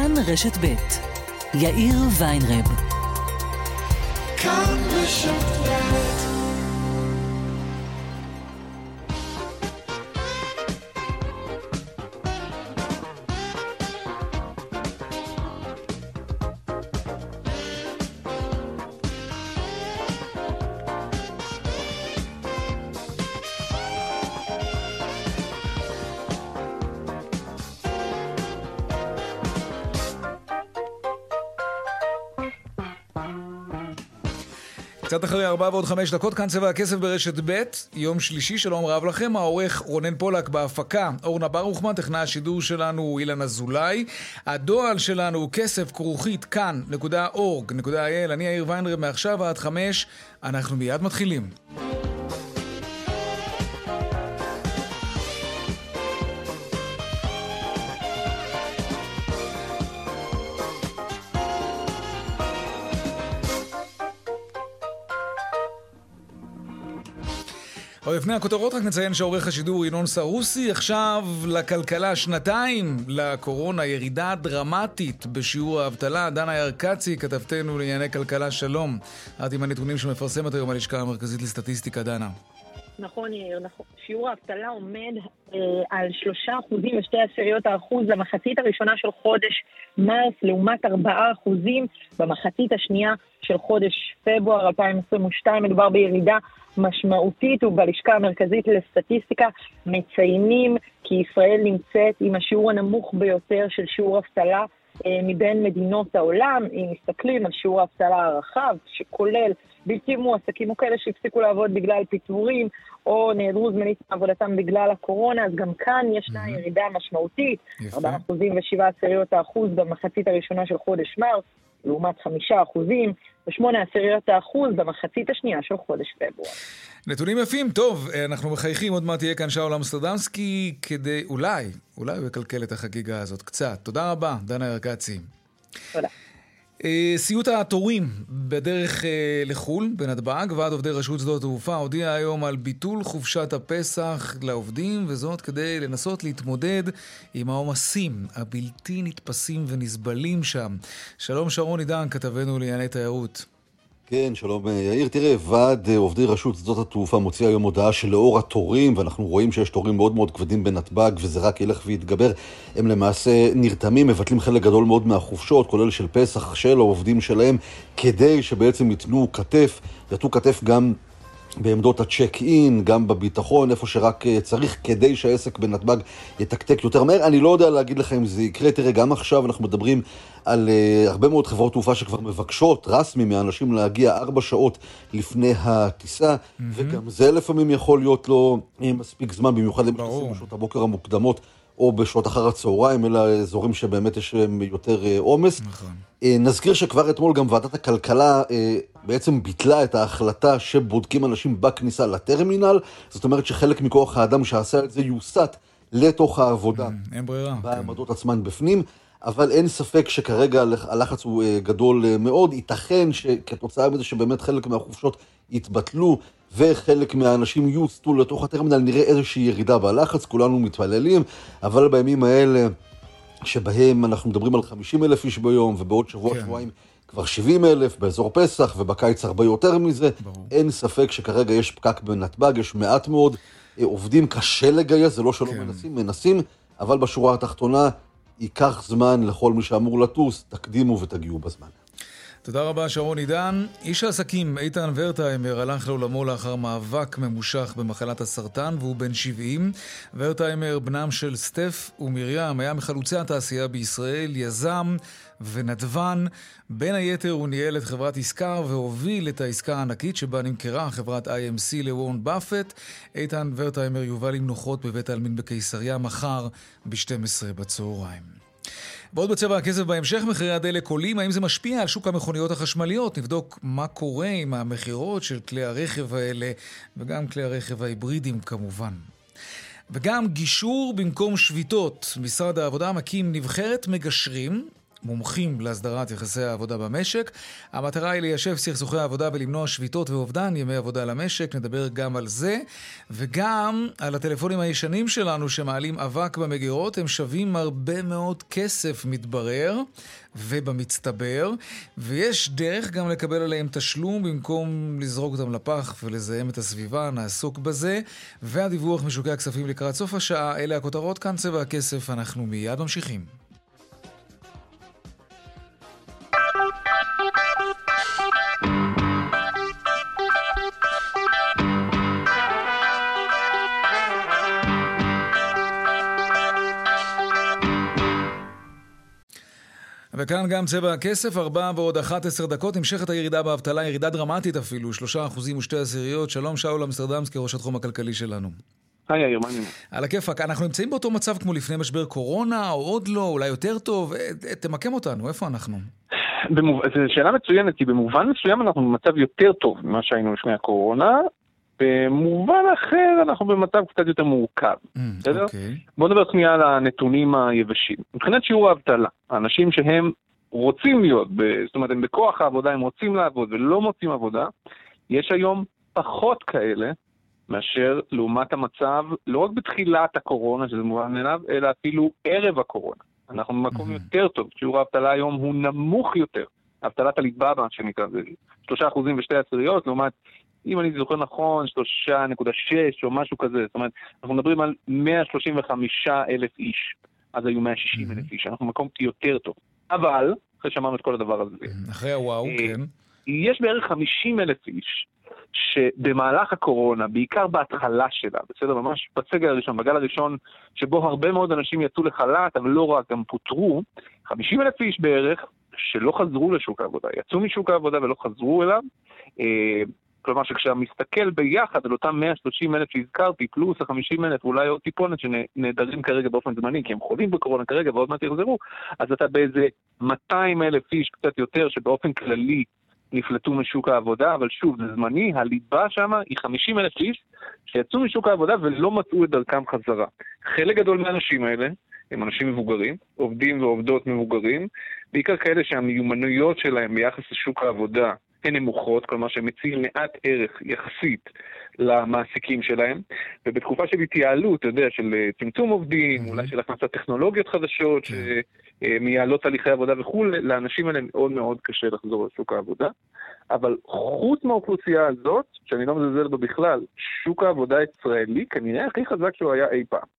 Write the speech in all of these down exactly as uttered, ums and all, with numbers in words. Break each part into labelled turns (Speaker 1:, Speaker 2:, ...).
Speaker 1: כאן רשת ב' יאיר ויינרב. כאן רשת ב'.
Speaker 2: קצת אחרי ארבע ועוד חמש דקות, כאן צבע הכסף ברשת ב', יום שלישי, שלום רב לכם, העורך רונן פולק בהפקה, אורנה ברוכמן, טכנאי השידור שלנו אילן אזולאי, הדואל שלנו הוא כסף כרוכית כאן נקודה אורג נקודה איי אל, אני יאיר ויינרב, מעכשיו עד חמש, אנחנו מיד מתחילים. עוד לפני הכותרות רק נציין שעורך השידור ינון סרוסי. עכשיו לכלכלה, שנתיים לקורונה, ירידה דרמטית בשיעור האבטלה. דנה ירקצי, כתבתנו לענייני כלכלה, שלום. את עם הנתונים שמפרסמת היום הלשכה המרכזית לסטטיסטיקה, דנה.
Speaker 3: נכון, נכון. שיעור האבטלה עומד אה, על שלושה אחוזים ושתי עשיריות האחוז למחצית הראשונה של חודש מרס, לעומת ארבעה אחוזים במחצית השנייה של חודש פברואר אלפיים עשרים ושתיים. מדובר בירידה משמעותית, ובלשכה המרכזית לסטטיסטיקה מציינים כי ישראל נמצאת עם השיעור הנמוך ביותר של שיעור אבטלה אה, מבין מדינות העולם. אם מסתכלים על שיעור האבטלה הרחב, שכולל בלתי מועסקים או כאלה שהפסיקו לעבוד בגלל פיטורים או נעדרו זמנית מעבודתם בגלל הקורונה, אז גם כאן ישנה mm-hmm. ירידה משמעותית, ארבעה אחוזים ושבע עשיריות האחוז במחצית הראשונה של חודש מרס, לעומת חמישה אחוזים ושמונה עשיריות האחוז במחצית השנייה של חודש פברואר.
Speaker 2: נתונים יפים, טוב, אנחנו מחייכים, עוד מעט תהיה כאן שאול אמסטרדמסקי כדי, אולי, אולי הוא יקלקל את החגיגה הזאת קצת. תודה רבה, דנה ירקצי.
Speaker 3: תודה.
Speaker 2: סיוט התורים בדרך לחול בנתב"ג, ועד עובדי רשות שדות התעופה הודיע היום על ביטול חופשת הפסח לעובדים, וזאת כדי לנסות להתמודד עם העומסים הבלתי נתפסים ונסבלים שם. שלום שרון עידן, כתבנו לענייני תיירות.
Speaker 4: כן, שלום יאיר. תראה, ועד עובדי רשות שדות התעופה מוציא היום הודעה שלאור התורים, ואנחנו רואים שיש תורים מאוד מאוד כבדים בנתב"ג, וזה רק ילך ויתגבר, הם למעשה נרתמים, מבטלים חלק גדול מאוד מהחופשות, כולל של פסח, של העובדים שלהם, כדי שבעצם ייתנו כתף, יתנו כתף גם בעמדות הצ'ק-אין, גם בביטחון, איפה שרק צריך, כדי שהעסק בנתב"ג יתקתק יותר מהר. אני לא יודע להגיד לך אם זה יקרה. תראה, גם עכשיו אנחנו מדברים על uh, הרבה מאוד חברות תעופה שכבר מבקשות רסמי מהאנשים להגיע ארבע שעות לפני הטיסה, mm-hmm. וגם זה לפעמים יכול להיות לא מספיק זמן, במיוחד אם תעשים בשעות הבוקר המוקדמות, או בשעות אחר הצהריים, אלא אזורים שבאמת יש יותר עומס. נכון. נזכיר שכבר אתמול גם ועדת הכלכלה בעצם ביטלה את ההחלטה שבודקים אנשים בכניסה לטרמינל, זאת אומרת שחלק מכוח האדם שעשה את זה יוסט לתוך העבודה.
Speaker 2: אין ברירה.
Speaker 4: בעמדות עצמן בפנים, אבל אין ספק שכרגע הלחץ הוא גדול מאוד. ייתכן שכתוצאה מזה שבאמת חלק מהחופשות יתבטלו, וחלק מהאנשים יוסטו לתוך הטרמינל, נראה איזושהי ירידה בלחץ, כולנו מתפללים, אבל בימים האלה שבהם אנחנו מדברים על חמישים אלף איש ביום, ובעוד שבוע כן. שבועיים כבר שבעים אלף באזור פסח, ובקיץ הרבה יותר מזה, ברור. אין ספק שכרגע יש פקק בנתב"ג, יש מעט מאוד עובדים, קשה לגייס, זה לא שלא כן. מנסים, מנסים, אבל בשורה התחתונה ייקח זמן לכל מי שאמור לטוס, תקדימו ותגיעו בזמן.
Speaker 2: תודה רבה שרון עידן. איש העסקים איתן ורטהיימר הלך לעולמו לאחר מאבק ממושך במחלת הסרטן, והוא בן שבעים. ורטהיימר, בנם של סטף ומרים, היה מחלוצי התעשייה בישראל, יזם ונדבן. בין היתר הוא ניהל את חברת עסקר והוביל את העסקה הענקית שבה נמכרה חברת איי אם סי לוורן באפט. איתן ורטהיימר יובל עם נוחות בבית העלמין בקיסריה מחר ב-שתים עשרה בצהריים. בעוד בצבע הכסף בהמשך, מחירי הדלק עולים, האם זה משפיע על שוק המכוניות החשמליות? נבדוק מה קורה עם המחירות של כלי הרכב האלה, וגם כלי הרכב ההיברידיים כמובן. וגם גישור במקום שביתות. משרד העבודה מקים נבחרת מגשרים, מומחים להסדרת יחסי העבודה במשק. המטרה היא ליישב סכסוכי העבודה ולמנוע שביתות ואובדן ימי עבודה למשק. נדבר גם על זה, וגם על הטלפונים הישנים שלנו שמעלים אבק במגירות. הם שווים הרבה מאוד כסף מתברר ובמצטבר, ויש דרך גם לקבל עליהם תשלום במקום לזרוק אותם לפח ולזהם את הסביבה. נעסוק בזה, והדיווח משוקי הכספים לקראת סוף השעה. אלה הכותרות, כאן צבע הכסף, אנחנו מיד ממשיכים. וכאן גם צבע הכסף, ארבע ועוד אחת עשר דקות, המשכת הירידה באבטלה, ירידה דרמטית אפילו, שלושה אחוזים ושתי עשיריות. שלום שאול אמסטרדמסקי, ראש התחום הכלכלי שלנו.
Speaker 5: היי, יאיר, מה נראה?
Speaker 2: על הכיפק, אנחנו נמצאים באותו מצב כמו לפני משבר קורונה, או עוד לא, אולי יותר טוב, תמקם אותנו, איפה אנחנו?
Speaker 5: במוב... זו שאלה מצוינת, כי במובן מסוים אנחנו במצב יותר טוב ממה שהיינו לפני הקורונה, במובן אחר אנחנו במצב קצת יותר מורכב.
Speaker 2: Mm,
Speaker 5: בסדר?
Speaker 2: אוקיי.
Speaker 5: בואו נדבר שנייה על הנתונים היבשים. מבחינת שיעור האבטלה, האנשים שהם רוצים להיות, ב... זאת אומרת, הם בכוח העבודה, הם רוצים לעבוד ולא מוצאים עבודה, יש היום פחות כאלה, מאשר לעומת המצב, לא רק בתחילת הקורונה, שזה מובן מאליו, אלא אפילו ערב הקורונה. אנחנו במקום
Speaker 2: Mm-hmm.
Speaker 5: יותר טוב. שיעור האבטלה היום הוא נמוך יותר. אבטלת הליבה, שנקרא, זה שלושה אחוזים ושתי עשיריות, לעומת, אם אני זוכר נכון, שלושה נקודה שש או משהו כזה. זאת אומרת, אנחנו מדברים על מאה שלושים וחמישה אלף איש. אז היו מאה שישים אלף איש. אנחנו במקום יותר טוב. אבל, אחרי שאמרנו את כל הדבר הזה,
Speaker 2: אחרי הוואו, כן.
Speaker 5: יש בערך חמישים אלף איש, שבמהלך הקורונה, בעיקר בהתחלה שלה, בסדר, ממש בסגר הראשון, בגל הראשון, שבו הרבה מאוד אנשים יצאו לחל"ת, אבל לא רק, גם פוטרו, חמישים אלף איש בערך, שלא חזרו לשוק העבודה, יצאו משוק העבודה ולא חזרו אליו, אה, כלומר שכשמסתכל ביחד על אותם מאה ושלושים אלף שהזכרתי, פלוס ה-חמישים אלף, אולי עוד טיפונת שנעדרים כרגע באופן זמני, כי הם חולים בקורונה כרגע ועוד מעט יחזרו, אז אתה באיזה מאתיים אלף איש קצת יותר, שבאופן כללי נפלטו משוק העבודה, אבל שוב, זה זמני, הליבה שם היא חמישים אלף איש שיצאו משוק העבודה ולא מצאו את דרכם חזרה. חלק גדול מהאנשים האלה הם אנשים מבוגרים, עובדים ועובדות מבוגרים, בעיקר כאלה שהמיומנויות שלהם ביחס לשוק העבודה הן נמוכות, כלומר שהם מציעים מעט ערך יחסית למעסיקים שלהם, ובתקופה של התייעלות, אתה יודע, של צמצום עובדים, אולי של הכנסת טכנולוגיות חדשות, שמייעלות תהליכי עבודה וכו', לאנשים האלה מאוד מאוד קשה לחזור לשוק העבודה. אבל חוץ מהאוכלוסייה הזאת, שאני לא מזלזל בה בכלל, שוק העבודה הישראלי כנראה הכי חזק שהוא היה אי פעם.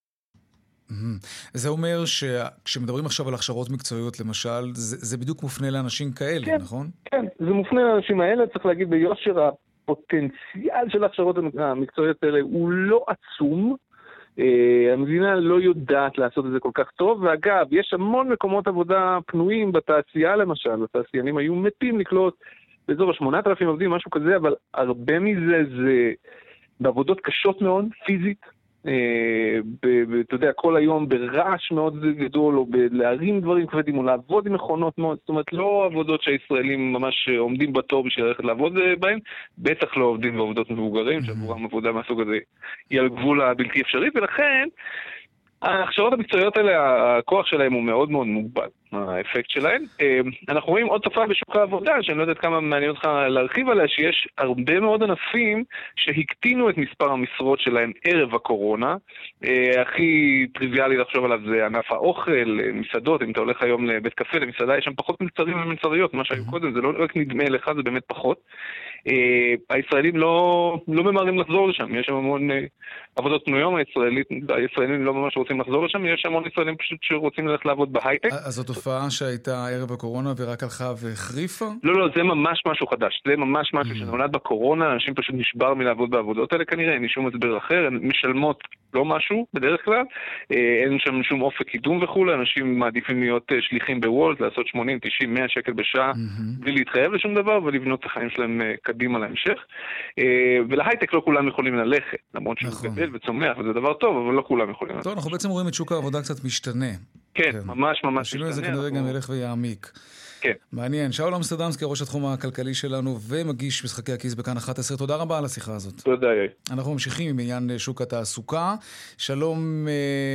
Speaker 2: זה אומר שכשמדברים עכשיו על הכשרות מקצועיות למשל, זה, זה בדיוק מופנה לאנשים כאלה, כן, נכון?
Speaker 5: כן, זה מופנה לאנשים האלה, צריך להגיד ביושר, הפוטנציאל של הכשרות המקצועיות האלה הוא לא עצום, המדינה לא יודעת לעשות את זה כל כך טוב, ואגב, יש המון מקומות עבודה פנויים בתעשייה למשל, התעשיינים היו מתים לקלוט באזור ה-שמונת אלפים עובדים, משהו כזה, אבל הרבה מזה זה בעבודות קשות מאוד, פיזית, אתה יודע, כל היום ברעש מאוד גדול, או להרים דברים כבדים, או לעבוד עם מכונות מאוד, זאת אומרת, לא עבודות שהישראלים ממש עומדים בתור בשביל ללכת לעבוד בהן, בטח לא עובדים בעבודות מבוגרים, שעבורם עבודה מהסוג הזה היא על גבול הבלתי אפשרי, ולכן ההכשרות המקצועיות האלה, הכוח שלהם הוא מאוד מאוד מוגבל, האפקט שלהם. אנחנו רואים עוד תופעה בשוק העבודה, שאני לא יודעת כמה מעניין אותך להרחיב עליה, שיש הרבה מאוד ענפים שהקטינו את מספר המשרות שלהם ערב הקורונה. הכי טריוויאלי לחשוב עליו זה ענף האוכל, מסעדות, אם אתה הולך היום לבית קפה, למסעדה, יש שם פחות מלצרים ומלצריות, מה שהיו קודם, זה לא רק נדמה לך, זה באמת פחות. הישראלים לא, לא ממהרים לחזור לשם, יש שם המון עבודות פנויות, הישראלים לא ממש רוצים לחזור לשם, יש המון ישראלים פשוט שרוצים ללכת לעבוד בהייטק.
Speaker 2: אז זאת תופעה שהייתה ערב הקורונה ורק הלכה והחריפה?
Speaker 5: לא, לא, זה ממש משהו חדש, זה ממש משהו שנולד בקורונה, אנשים פשוט נשבר מלעבוד בעבודות האלה כנראה, אין לי שום הסבר אחר, הן משלמות לא משהו בדרך כלל, אין שם שום אופק קידום וכו', אנשים מעדיפים להיות שליחים בוולט, לעשות שמונים, תשעים, מאה שקל בשעה, בלי להתחייב לשום דבר ולבנות את החיים שלהם קדימה להמשך, ולהייטק לא כולם יכולים ללכת, למרות שהוא גדל וצומח, וזה דבר טוב, אבל לא כולם יכולים ללכת.
Speaker 2: טוב, אנחנו בעצם רואים את שוק העבודה קצת משתנה.
Speaker 5: כן, ממש ממש
Speaker 2: השינוי הזה כנראה גם ילך ויעמיק.
Speaker 5: כן.
Speaker 2: מעניין. שאול אמסטרדמסקי, ראש התחום הכלכלי שלנו ומגיש משחקי הכיס בכאן אחת עשרה. תודה רבה על השיחה הזאת.
Speaker 5: תודה, יאיר.
Speaker 2: אנחנו ממשיכים עם עניין שוק התעסוקה. שלום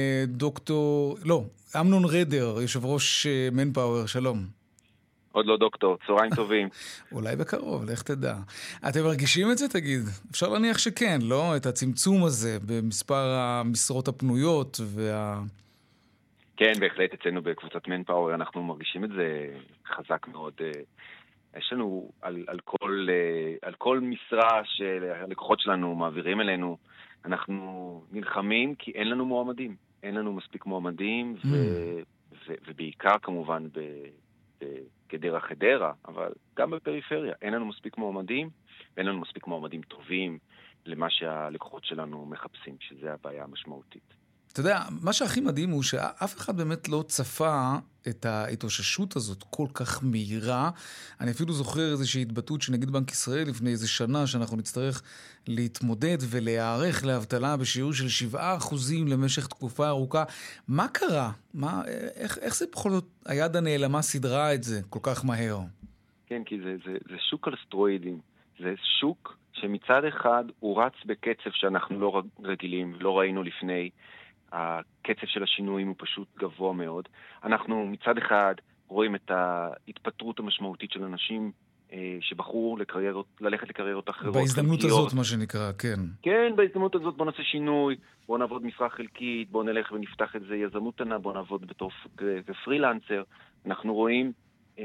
Speaker 2: דוקטור, לא, אמנון רדר, יושב ראש מנפאוור, שלום.
Speaker 6: עוד לא דוקטור, צהריים טובים.
Speaker 2: אולי בקרוב, לך תדע. אתם מרגישים את זה, תגיד? אפשר להניח שכן, לא? את הצמצום הזה במספר המשרות הפנויות וה...
Speaker 6: כן, בהחלט אצלנו בקבוצת מנפאוור אנחנו מרגישים את זה חזק מאוד. יש לנו על, על, כל, על כל משרה שהלקוחות שלנו מעבירים אלינו, אנחנו נלחמים כי אין לנו מועמדים. אין לנו מספיק מועמדים, ו, ו, ובעיקר כמובן ב, בגדרה חדרה, אבל גם בפריפריה. אין לנו מספיק מועמדים, ואין לנו מספיק מועמדים טובים למה שהלקוחות שלנו מחפשים, שזה הבעיה המשמעותית.
Speaker 2: אתה יודע, מה שהכי מדהים הוא שאף אחד באמת לא צפה את ההתאוששות הזאת כל כך מהירה. אני אפילו זוכר איזושהי התבטאות שנגיד בנק ישראל לפני איזה שנה, שאנחנו נצטרך להתמודד ולהיערך לאבטלה בשיעור של שבעה אחוזים למשך תקופה ארוכה. מה קרה? מה, איך, איך זה בכל זאת היד הנעלמה סדרה את זה כל כך מהר?
Speaker 6: כן, כי זה, זה, זה שוק על סטרואידים. זה שוק שמצד אחד הוא רץ בקצב שאנחנו לא רגילים, לא ראינו לפני. הקצב של השינויים הוא פשוט גבוה מאוד. אנחנו מצד אחד רואים את ההתפטרות המשמעותית של אנשים אה, שבחרו לקריירות, ללכת לקריירות אחרות.
Speaker 2: בהזדמנות
Speaker 6: חלקיות.
Speaker 2: הזאת, מה שנקרא, כן.
Speaker 6: כן, בהזדמנות הזאת בוא נעשה שינוי, בוא נעבוד משרה חלקית, בוא נלך ונפתח את זה יזמות קטנה, בוא נעבוד בתור פרילנסר. אנחנו רואים, אה,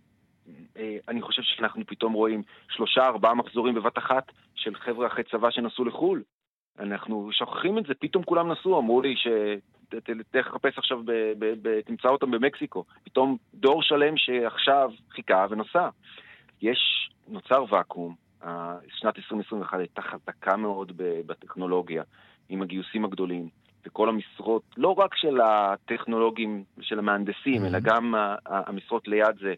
Speaker 6: אה, אני חושב שאנחנו פתאום רואים שלושה, ארבעה מחזורים בבת אחת של חבר'ה אחרי צבא שנסעו לחול. אנחנו שוכחים את זה, פתאום כולם נסעו, אמרו לי שתלך לחפש עכשיו, תמצא אותם במקסיקו. פתאום דור שלם שעכשיו חיכה ונסע. יש, נוצר ואקום, שנת עשרים עשרים ואחת הייתה חזקה מאוד בטכנולוגיה, עם הגיוסים הגדולים, וכל המשרות, לא רק של הטכנולוגים ושל המהנדסים, אלא גם המשרות ליד זה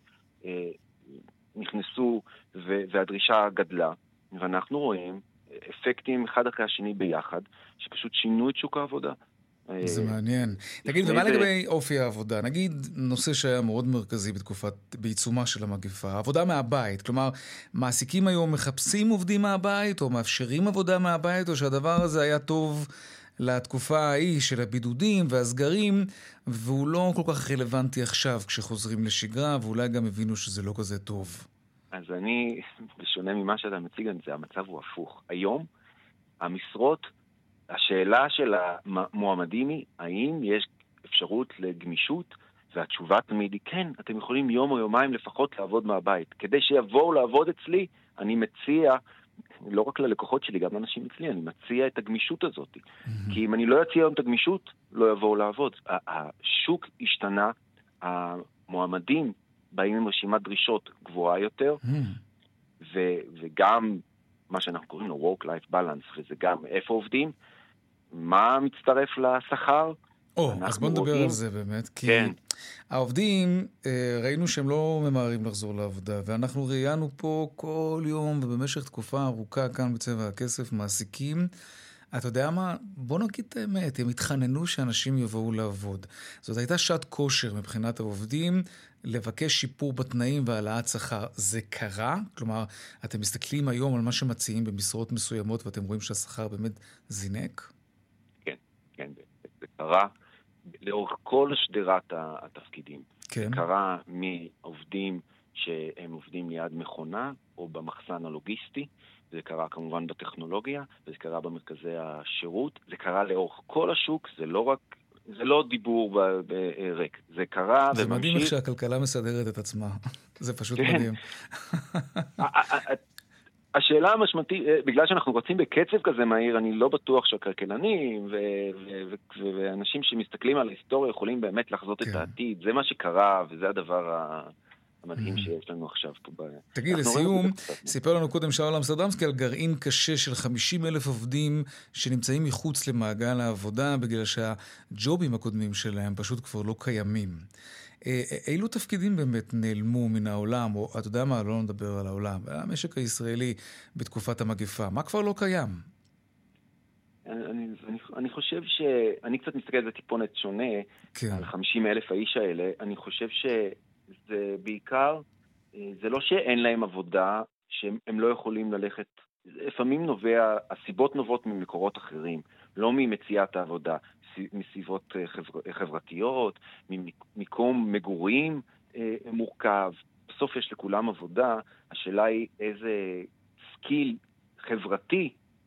Speaker 6: נכנסו והדרישה גדלה, ואנחנו רואים אפקטים אחד אחרי השני ביחד, שפשוט שינו את שוק העבודה.
Speaker 2: זה מעניין. תגיד, ומה לגבי אופי העבודה? נגיד נושא שהיה מאוד מרכזי בתקופת, בעיצומה של המגפה, עבודה מהבית. כלומר, מעסיקים היום מחפשים עובדים מהבית, או מאפשרים עבודה מהבית, או שהדבר הזה היה טוב לתקופה ההיא של הבידודים והסגרים, והוא לא כל כך רלוונטי עכשיו כשחוזרים לשגרה, ואולי גם הבינו שזה לא כזה טוב.
Speaker 6: אז אני, בשונה ממה שאתה מציג את זה, המצב הוא הפוך. היום, המשרות, השאלה של המועמדים היא, האם יש אפשרות לגמישות, והתשובה תמיד היא, כן, אתם יכולים יום או יומיים לפחות לעבוד מהבית. כדי שיבואו לעבוד אצלי, אני מציע, לא רק ללקוחות שלי, גם לאנשים אצלי, אני מציע את הגמישות הזאת. Mm-hmm. כי אם אני לא אציע היום את הגמישות, לא יבואו לעבוד. השוק השתנה, המועמדים, באים עם רשימת דרישות גבוהה יותר, mm. ו- וגם מה שאנחנו קוראים לו work-life balance, וזה גם איפה עובדים, מה מצטרף לשכר.
Speaker 2: או, אז בוא נדבר רואים... על זה באמת, כי
Speaker 6: כן.
Speaker 2: העובדים, ראינו שהם לא ממהרים לחזור לעבודה, ואנחנו ראיינו פה כל יום, ובמשך תקופה ארוכה כאן בצבע הכסף, מעסיקים, אתה יודע מה? בוא נגיד את האמת, הם התחננו שאנשים יבואו לעבוד. זאת הייתה שעת כושר מבחינת העובדים, לבקש שיפור בתנאים והעלאת שכר. זה קרה? כלומר, אתם מסתכלים היום על מה שמציעים במשרות מסוימות, ואתם רואים שהשכר באמת זינק?
Speaker 6: כן, כן, זה קרה לאורך כל שדרת התפקידים. כן. זה קרה מעובדים שהם עובדים ליד מכונה, או במחסן הלוגיסטי, זה קרה כמובן בטכנולוגיה, וזה קרה במרכזי השירות, זה קרה לאורך כל השוק, זה לא רק, זה לא דיבור בריק, זה קרה
Speaker 2: זה
Speaker 6: וממשיך.
Speaker 2: מדהים איך שהכלכלה מסדרת את עצמה, זה פשוט מדהים.
Speaker 6: השאלה המשמעותית, בגלל שאנחנו רוצים בקצב כזה מהיר, אני לא בטוח שהכלכלנים ואנשים שמסתכלים על ההיסטוריה יכולים באמת לחזות את העתיד, זה מה שקרה וזה הדבר ה... המדהים שיש לנו עכשיו פה.
Speaker 2: תגיד, לסיום, סיפר לנו קודם שאול אמסטרדמסקי על גרעין קשה של חמישים אלף עובדים שנמצאים מחוץ למעגל העבודה, בגלל שהג'ובים הקודמים שלהם פשוט כבר לא קיימים. אילו תפקידים באמת נעלמו מן העולם, או אתה יודע מה, לא נדבר על העולם, המשק הישראלי בתקופת המגפה, מה כבר לא קיים?
Speaker 6: אני, אני, אני חושב שאני קצת מסתכל על זה טיפונת שונה, כן. על חמישים אלף האיש האלה, אני חושב ש... זה בעיקר, זה לא שאין להם עבודה, שהם לא יכולים ללכת, לפעמים נובע, הסיבות נובעות ממקורות אחרים, לא ממציאת העבודה, מסיבות חבר, חברתיות, ממקום מגורים מורכב. בסוף יש לכולם עבודה, השאלה היא איזה סקיל חברתי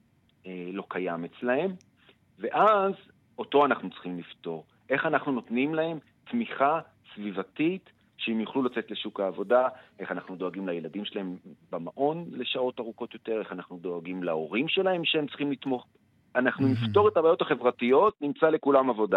Speaker 6: לא קיים אצלהם, ואז אותו אנחנו צריכים לפתור. איך אנחנו נותנים להם תמיכה סביבתית, שהם יוכלו לצאת לשוק העבודה, איך אנחנו דואגים לילדים שלהם במעון לשעות ארוכות יותר, איך אנחנו דואגים להורים שלהם שהם צריכים לתמוך. אנחנו נפתור את הבעיות החברתיות, נמצא לכולם עבודה.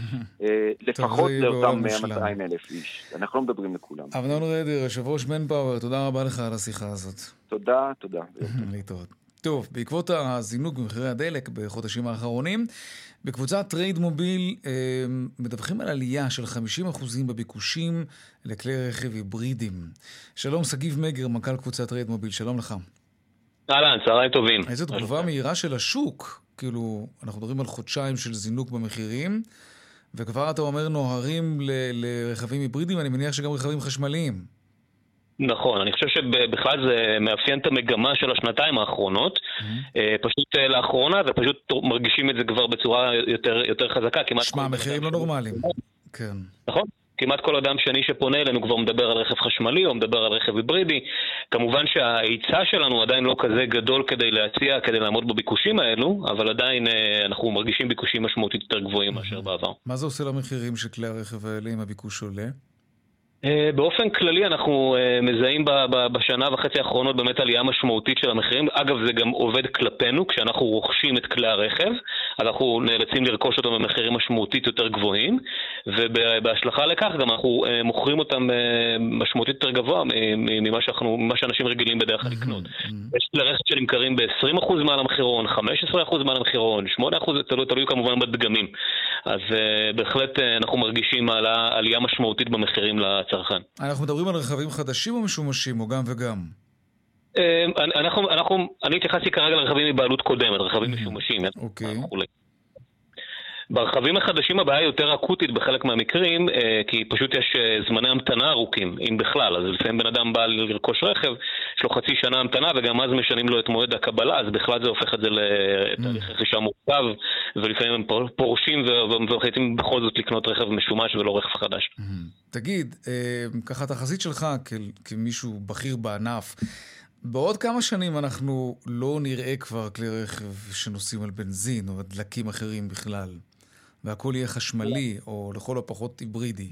Speaker 6: לפחות לאותם מאתיים אלף איש. אנחנו לא מדברים לכולם.
Speaker 2: אבנון רדר, יושב ראש מנפאוור, תודה רבה לך על השיחה הזאת.
Speaker 6: תודה, תודה.
Speaker 2: להתראות. טוב, בעקבות הזינוק במחירי הדלק בחודשים האחרונים, בקבוצת טרייד מוביל אה, מדווחים על עלייה של חמישים אחוז בביקושים לכלי רכב היברידיים. שלום, סגיב מגר, מנכ"ל קבוצת טרייד מוביל, שלום לך.
Speaker 7: אהלן, צהריים טובים.
Speaker 2: איזו תגובה מהירה של השוק, כאילו, אנחנו מדברים על חודשיים של זינוק במחירים, וכבר אתה אומר נוהרים ל- לרכבים היברידיים, אני מניח שגם רכבים חשמליים.
Speaker 7: נכון, אני חושב שבכלל זה מאפיין את המגמה של השנתיים האחרונות, mm-hmm. פשוט לאחרונה, ופשוט מרגישים את זה כבר בצורה יותר, יותר חזקה.
Speaker 2: שמה, המחירים לא נורמליים. כן.
Speaker 7: נכון? כמעט כל אדם שני שפונה אלינו כבר מדבר על רכב חשמלי או מדבר על רכב היברידי. כמובן שההיצע שלנו עדיין לא כזה גדול כדי להציע, כדי לעמוד בביקושים האלו, אבל עדיין אנחנו מרגישים ביקושים משמעותית יותר גבוהים מאשר בעבר.
Speaker 2: מה זה עושה למחירים של כלי הרכב האלה אם הביקוש עולה?
Speaker 7: באופן כללי אנחנו מזהים בשנה וחצי האחרונות באמת עלייה משמעותית של המחירים. אגב, זה גם עובד כלפינו, כשאנחנו רוכשים את כלי הרכב, אנחנו נאלצים לרכוש אותם במחירים משמעותית יותר גבוהים, ובהשלכה לכך גם אנחנו מוכרים אותם משמעותית יותר גבוה ממה שאנחנו, ממה שאנשים רגילים בדרך כלל לקנות. יש כלי רכב שנמכרים ב-עשרים אחוז מעל המחירון, חמישה עשר אחוז מעל המחירון, שמונה אחוז, תלוי, תלוי כמובן בדגמים. אז בהחלט אנחנו מרגישים עלייה משמעותית במחירים לצרכן.
Speaker 2: אנחנו מדברים על רכבים חדשים או משומשים, או גם וגם?
Speaker 7: אנחנו, אנחנו, אני התייחסתי כרגע לרכבים מבעלות קודמת, רכבים משומשים.
Speaker 2: אוקיי.
Speaker 7: ברכבים החדשים הבעיה יותר אקוטית בחלק מהמקרים, כי פשוט יש זמני המתנה ארוכים, אם בכלל. אז לפעמים בן אדם בא לרכוש רכב, יש לו חצי שנה המתנה, וגם אז משנים לו את מועד הקבלה, אז בכלל זה הופך את זה לתהליך רכישה מורכב, ולפעמים הם פורשים ומחליטים בכל זאת לקנות רכב משומש ולא רכב חדש.
Speaker 2: תגיד, ככה תחזית שלך כמישהו בכיר בענף, בעוד כמה שנים אנחנו לא נראה כבר כלי רכב שנוסעים על בנזין או דלקים אחרים בכלל, והכל יהיה חשמלי או לכל הפחות היברידי?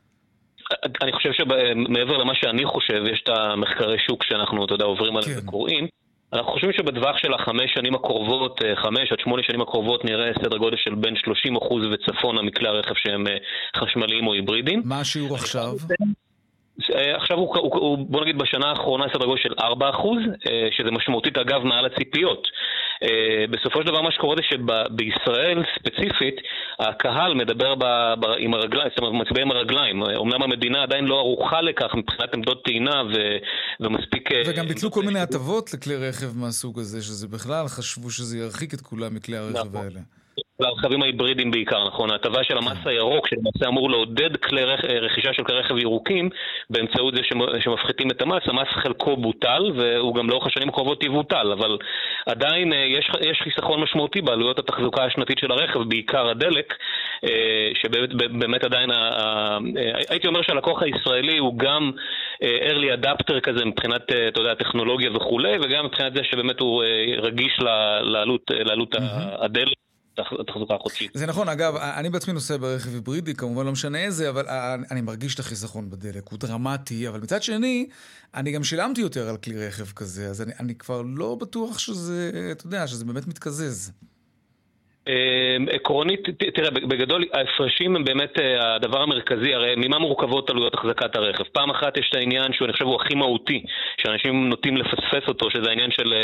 Speaker 7: אני חושב שמעבר למה שאני חושב, יש את המחקרי שוק שאנחנו, אתה יודע, עוברים עליהם וקוראים. אנחנו חושבים שבדווח של החמש שנים הקרובות, חמש עד שמונה שנים הקרובות, נראה סדר גודל של בין שלושים אחוז וצפונה מכלי הרכב שהם חשמליים או היברידיים.
Speaker 2: מה השיעור עכשיו?
Speaker 7: עכשיו הוא, הוא, הוא, בוא נגיד בשנה האחרונה סדר גודל של ארבעה אחוז, שזה משמעותית אגב מעל הציפיות. בסופו של דבר מה שקורה זה שבישראל ספציפית, הקהל מדבר ב, ב, עם הרגליים, זאת אומרת מצביע עם הרגליים. אומנם המדינה עדיין לא ערוכה לכך מבחינת עמדות טעינה ו, ומספיק...
Speaker 2: וגם ביטלו כל מיני הטבות לכלי רכב מהסוג הזה, שזה בכלל חשבו שזה ירחיק את כולם מכלי הרכב האלה.
Speaker 7: לרכבים ההיברידיים בעיקר, נכון. ההטבה של המס הירוק, שלמעשה אמור לעודד כלי רכ... רכישה של כלי רכב ירוקים, באמצעות זה שמפחיתים את המס, המס חלקו בוטל, והוא גם לאורך השנים הקרובות יבוטל, אבל עדיין יש, יש חיסכון משמעותי בעלויות התחזוקה השנתית של הרכב, בעיקר הדלק, שבאמת באמת עדיין, הייתי אומר שהלקוח הישראלי הוא גם early adapter כזה, מבחינת, אתה יודע, טכנולוגיה וכולי, וגם מבחינת זה שבאמת הוא רגיש לעלות, לעלות הדלק. התחזוקה החודשית.
Speaker 2: זה נכון, אגב, אני בעצמי נוסע ברכב היברידי, כמובן לא משנה איזה, אבל אני מרגיש את החיסכון בדלק, הוא דרמטי, אבל מצד שני, אני גם שילמתי יותר על כלי רכב כזה, אז אני, אני כבר לא בטוח שזה, אתה יודע, שזה באמת מתקזז.
Speaker 7: עקרונית, תראה, בגדול ההפרשים הם באמת הדבר המרכזי, הרי ממה מורכבות עלויות החזקת הרכב. פעם אחת יש את העניין שהוא אני חושב הוא הכי מהותי, שאנשים נוטים לפספס אותו, שזה העניין של